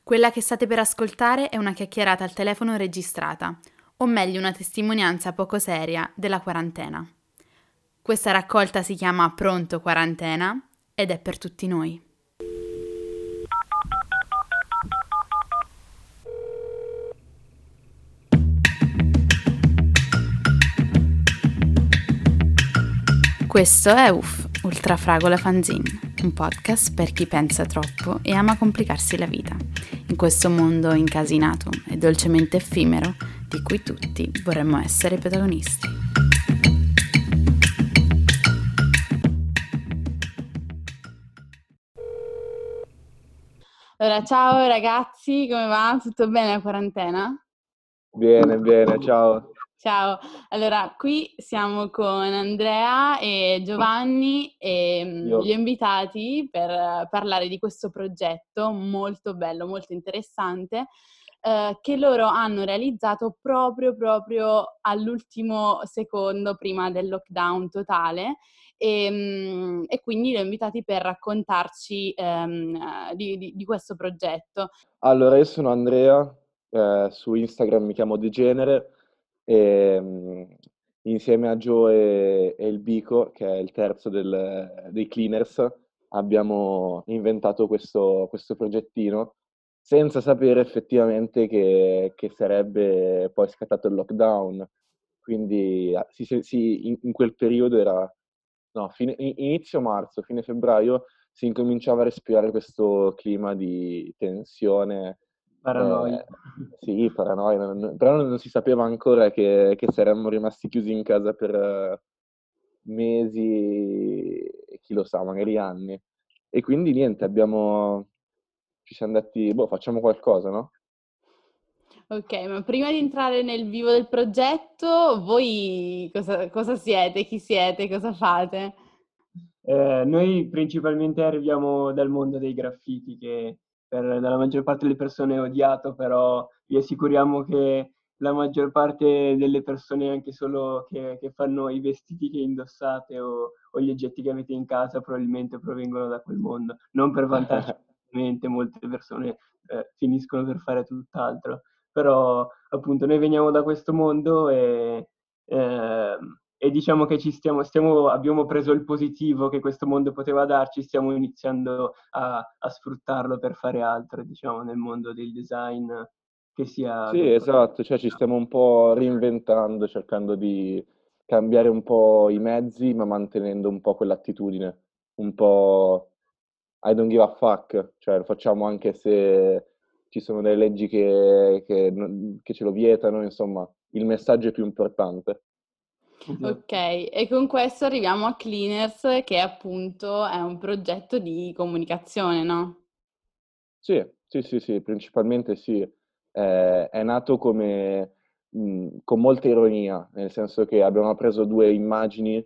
Quella che state per ascoltare è una chiacchierata al telefono registrata, o meglio una testimonianza poco seria della quarantena. Questa raccolta si chiama Pronto Quarantena ed è per tutti noi. Questo è Ultrafragola Fanzine, un podcast per chi pensa troppo e ama complicarsi la vita, in questo mondo incasinato e dolcemente effimero di cui tutti vorremmo essere protagonisti. Allora, ciao ragazzi, come va? Tutto bene la quarantena? Bene, ciao. Ciao, allora qui siamo con Andrea e Giovanni e Io. li ho invitati per parlare di questo progetto molto bello, molto interessante, che loro hanno realizzato proprio all'ultimo secondo prima del lockdown totale e quindi li ho invitati per raccontarci di questo progetto. Allora, io sono Andrea, su Instagram mi chiamo Degenere e insieme a Joe e il Bico, che è il terzo dei Cleaners, abbiamo inventato questo progettino senza sapere effettivamente che sarebbe poi scattato il lockdown. Quindi in quel periodo era, no, inizio marzo, fine febbraio, si incominciava a respirare questo clima di tensione, Paranoia. sì, paranoia, però non si sapeva ancora che saremmo rimasti chiusi in casa per mesi e chi lo sa, magari anni. E quindi niente, ci siamo detti, boh, facciamo qualcosa, no? Ok, ma prima di entrare nel vivo del progetto, voi cosa siete? Chi siete? Cosa fate? Noi principalmente arriviamo dal mondo dei graffiti che dalla maggior parte delle persone è odiato, però vi assicuriamo che la maggior parte delle persone, anche solo che fanno i vestiti che indossate o gli oggetti che avete in casa, probabilmente provengono da quel mondo. Non per vantarci, ovviamente, molte persone finiscono per fare tutt'altro, però appunto noi veniamo da questo mondo e diciamo che abbiamo preso il positivo che questo mondo poteva darci, stiamo iniziando a sfruttarlo per fare altro, diciamo, nel mondo del design, che sia Sì, esatto, cioè ci stiamo un po' reinventando, cercando di cambiare un po' i mezzi, ma mantenendo un po' quell'attitudine, un po' I don't give a fuck, cioè lo facciamo anche se ci sono delle leggi che ce lo vietano, insomma, il messaggio è più importante. Esatto. Ok, e con questo arriviamo a Cleaners, che appunto è un progetto di comunicazione, no? Sì, principalmente sì. È nato con molta ironia, nel senso che abbiamo preso due immagini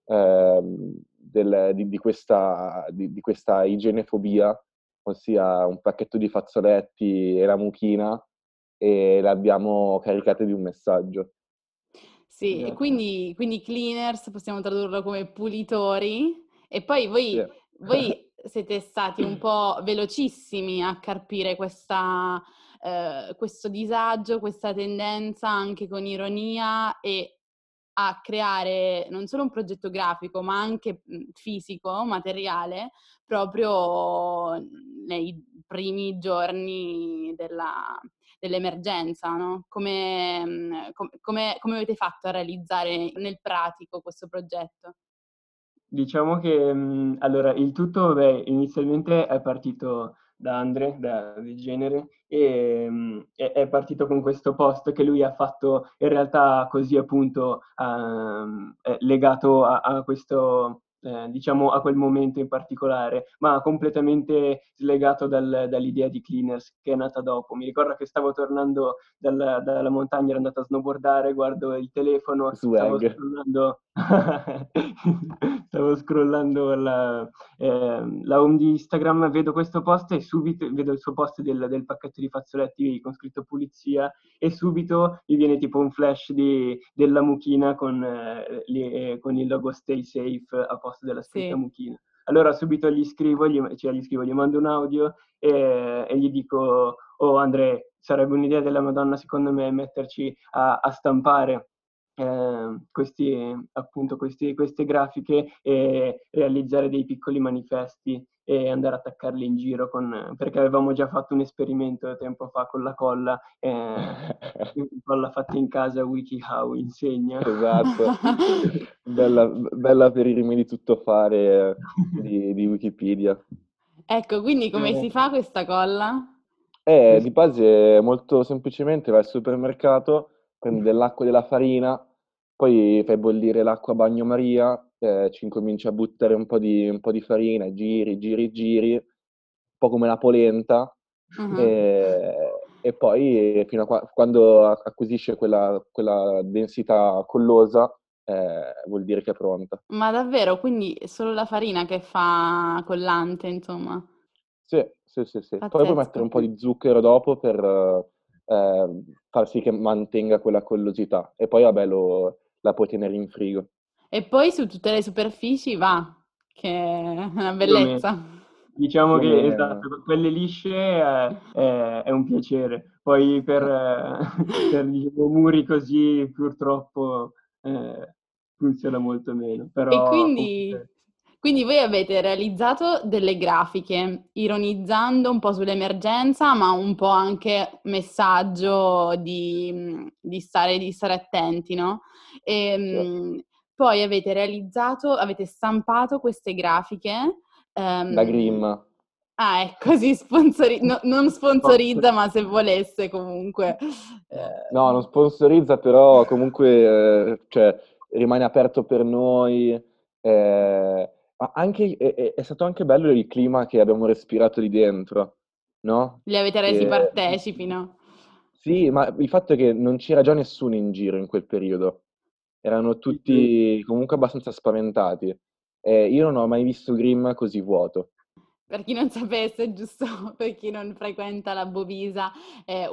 di questa igienefobia, ossia un pacchetto di fazzoletti e la mucchina, e le abbiamo caricate di un messaggio. Sì, e Esatto. quindi Cleaners possiamo tradurlo come pulitori, e poi Sì. voi siete stati un po' velocissimi a carpire questo disagio, questa tendenza anche con ironia e a creare non solo un progetto grafico, ma anche fisico, materiale, proprio nei primi giorni dell'emergenza, no? Come avete fatto a realizzare nel pratico questo progetto? Diciamo che allora il tutto, inizialmente è partito da Andre, di Genere, e è partito con questo post che lui ha fatto in realtà così appunto legato a questo, diciamo a quel momento in particolare, ma completamente slegato dall'idea di Cleaners che è nata dopo. Mi ricordo che stavo tornando dalla montagna, ero andato a snowboardare, guardo il telefono, stavo Swag. scrollando stavo scrollando la home di Instagram, vedo questo post e subito vedo il suo post del pacchetto di fazzoletti con scritto pulizia, e subito mi viene tipo un flash della mucchina con il logo Stay Safe a posto della scritta Sì. mucchina. Allora subito gli mando un audio e gli dico, oh Andre, sarebbe un'idea della Madonna secondo me metterci a stampare appunto queste grafiche e realizzare dei piccoli manifesti e andare a attaccarli in giro perché avevamo già fatto un esperimento tempo fa con la colla, colla fatta in casa WikiHow insegna. Esatto. Bella per i rimedi tuttofare di Wikipedia. Ecco, quindi come si fa questa colla? Di base molto semplicemente vai al supermercato, prendi dell'acqua e della farina, poi fai bollire l'acqua a bagnomaria, ci incominci a buttare un po' di farina, giri, giri, giri, un po' come la polenta, Mhm. e poi fino a quando acquisisce quella densità collosa, vuol dire che è pronta. Ma davvero? Quindi è solo la farina che fa collante, insomma. Sì, sì, sì, sì. Poi puoi mettere Pazzesco. un po' di zucchero dopo per far sì che mantenga quella collosità. E poi, vabbè, la puoi tenere in frigo. E poi su tutte le superfici va, che è una Più o meno. bellezza. Diciamo Più o che meno. esatto, con quelle lisce è un piacere. Poi per diciamo, muri così purtroppo funziona molto meno. E Però quindi, comunque quindi voi avete realizzato delle grafiche, ironizzando un po' sull'emergenza, ma un po' anche messaggio di stare attenti, no? E, Sì. poi avete stampato queste grafiche. Da ehm, Grimm. ah, ecco, così non sponsorizza, ma se volesse comunque. No, non Eh, sponsorizza, però comunque cioè, rimane aperto per noi. Ma anche, è stato anche bello il clima che abbiamo respirato lì dentro, no? li avete resi Che partecipi, no? Sì, ma il fatto è che non c'era già nessuno in giro in quel periodo. Erano tutti comunque abbastanza spaventati. Io non ho mai visto Grimm così vuoto. Per chi non sapesse, giusto per chi non frequenta la Bovisa, è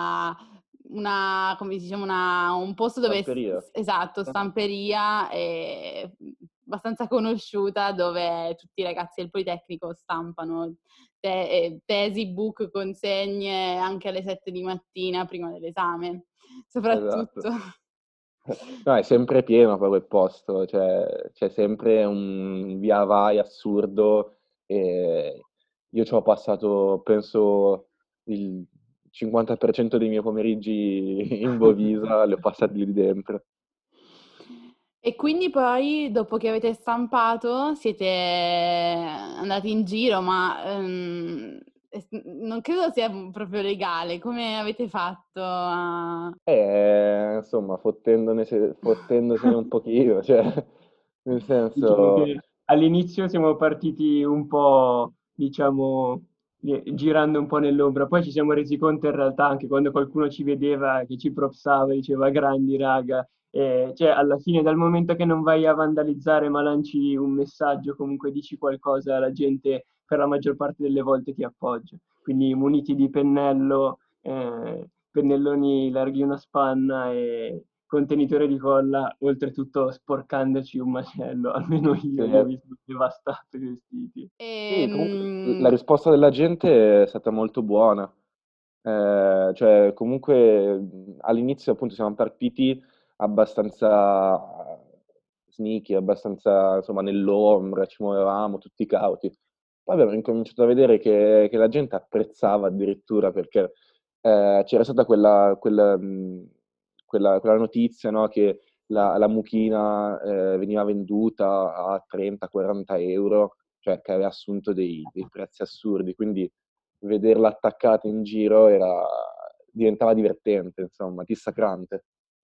come diciamo, un posto dove, Stamperia. esatto, stamperia, abbastanza conosciuta, dove tutti i ragazzi del Politecnico stampano tesi, book, consegne anche alle 7 di mattina prima dell'esame, soprattutto. Esatto. No, è sempre pieno poi quel posto, cioè c'è sempre un via vai assurdo e io ci ho passato, penso, il 50% dei miei pomeriggi in Bovisa, li ho passati lì dentro. E quindi poi, dopo che avete stampato, siete andati in giro, ma non credo sia proprio legale. Come avete fatto a... Insomma, fottendosene un pochino, cioè, nel Diciamo senso, che all'inizio siamo partiti un po', diciamo, girando un po' nell'ombra, poi ci siamo resi conto in realtà anche quando qualcuno ci vedeva che ci propsava, diceva grandi raga, cioè alla fine dal momento che non vai a vandalizzare ma lanci un messaggio, comunque dici qualcosa, la gente per la maggior parte delle volte ti appoggia. Quindi muniti di pennello, pennelloni larghi una spanna e contenitore di colla, oltretutto sporcandoci un macello, almeno io sì, li ho visti devastati i vestiti. sì, comunque la risposta della gente è stata molto buona. Cioè, comunque all'inizio appunto siamo partiti abbastanza sneaky, abbastanza insomma nell'ombra, ci muovevamo tutti cauti. Poi abbiamo incominciato a vedere che la gente apprezzava addirittura perché c'era stata quella notizia, no, che la mucchina veniva venduta a 30-40 euro, cioè che aveva assunto dei prezzi assurdi, quindi vederla attaccata in giro diventava divertente, insomma, dissacrante.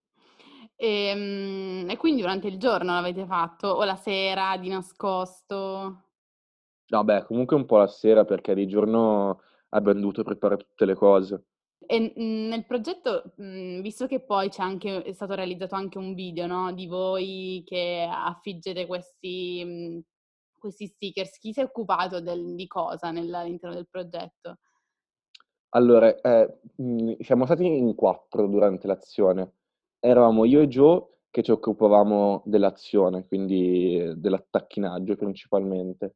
E quindi durante il giorno l'avete fatto? O la sera, di nascosto? No, beh, comunque un po' la sera perché di giorno abbiamo dovuto preparare tutte le cose. E nel progetto, visto che poi è stato realizzato anche un video, no, di voi che affiggete questi stickers, chi si è occupato di cosa all'interno del progetto? Allora, siamo stati in 4 durante l'azione. Eravamo io e Joe che ci occupavamo dell'azione, quindi dell'attacchinaggio principalmente.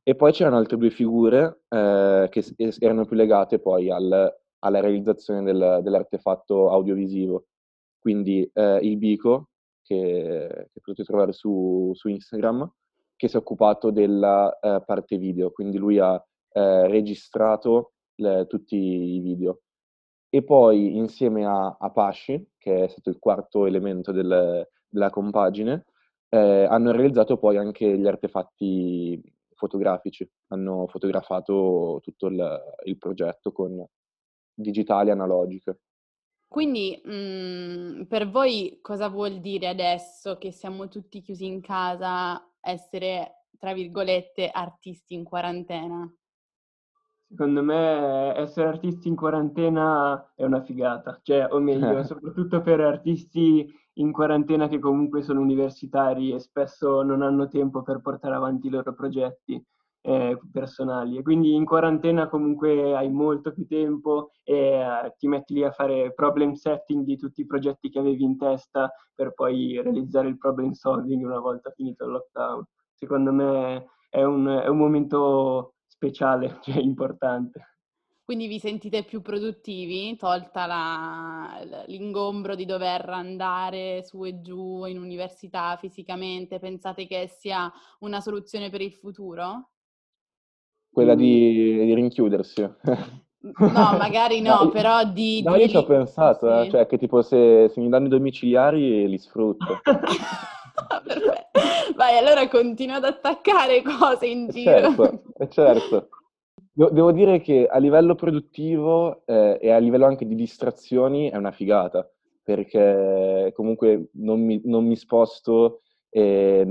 E poi c'erano altre due figure erano più legate poi alla realizzazione dell'artefatto audiovisivo. Quindi il Bico, che potete trovare su Instagram, che si è occupato della parte video, quindi lui ha registrato tutti i video. E poi insieme a Pasci, che è stato il quarto elemento della compagine, hanno realizzato poi anche gli artefatti fotografici. Hanno fotografato tutto il progetto con digitali analogiche. Quindi per voi cosa vuol dire adesso che siamo tutti chiusi in casa essere, tra virgolette, artisti in quarantena? Secondo me essere artisti in quarantena è una figata, cioè, o meglio, soprattutto per artisti in quarantena che comunque sono universitari e spesso non hanno tempo per portare avanti i loro progetti personali. E quindi in quarantena comunque hai molto più tempo e ti metti lì a fare problem setting di tutti i progetti che avevi in testa per poi realizzare il problem solving una volta finito il lockdown. Secondo me è un momento speciale, cioè importante. Quindi vi sentite più produttivi, tolta l'ingombro di dover andare su e giù in università fisicamente? Pensate che sia una soluzione per il futuro? Quella di rinchiudersi. No, magari no, però No, io ci ho pensato, sì. cioè che tipo se mi danno i domiciliari li sfrutto. Perfetto. Vai, allora continua ad attaccare cose in giro. Certo. Devo dire che a livello produttivo e a livello anche di distrazioni è una figata, perché comunque non mi sposto e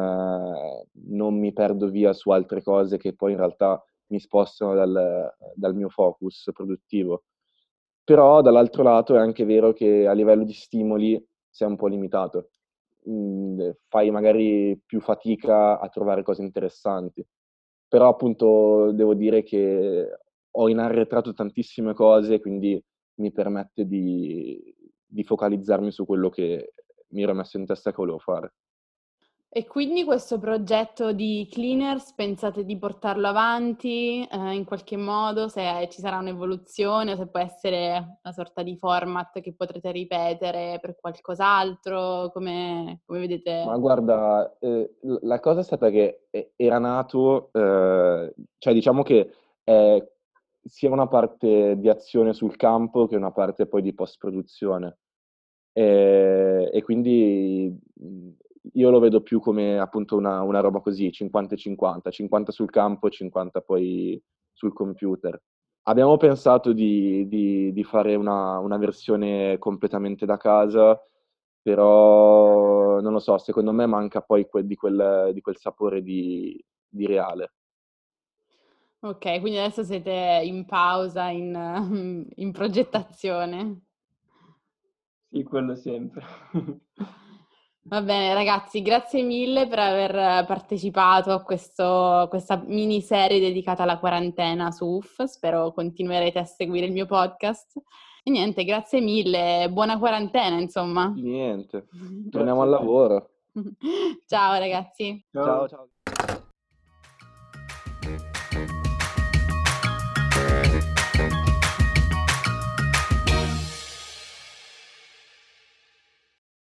non mi perdo via su altre cose che poi in realtà mi spostano dal mio focus produttivo. Però dall'altro lato è anche vero che a livello di stimoli sei un po' limitato. Fai magari più fatica a trovare cose interessanti. Però appunto devo dire che ho inarretrato tantissime cose, quindi mi permette di focalizzarmi su quello che mi ero messo in testa che volevo fare. E quindi questo progetto di Cleaners pensate di portarlo avanti in qualche modo, se ci sarà un'evoluzione o se può essere una sorta di format che potrete ripetere per qualcos'altro, come Ma vedete? guarda, la cosa è stata che era nato, cioè diciamo che è sia una parte di azione sul campo che una parte poi di post-produzione. E quindi io lo vedo più come appunto una roba così, 50-50, 50 sul campo, 50 poi sul computer. Abbiamo pensato di fare una versione completamente da casa, però non lo so, secondo me manca poi di quel sapore di reale. Ok, quindi adesso siete in pausa, in progettazione. Sì, quello sempre. Va bene, ragazzi, grazie mille per aver partecipato a questa miniserie dedicata alla quarantena su UF. Spero continuerete a seguire il mio podcast. E niente, grazie mille, buona quarantena, insomma. Niente, torniamo Grazie al a te. lavoro. Ciao, ragazzi. Ciao, Ciao. ciao.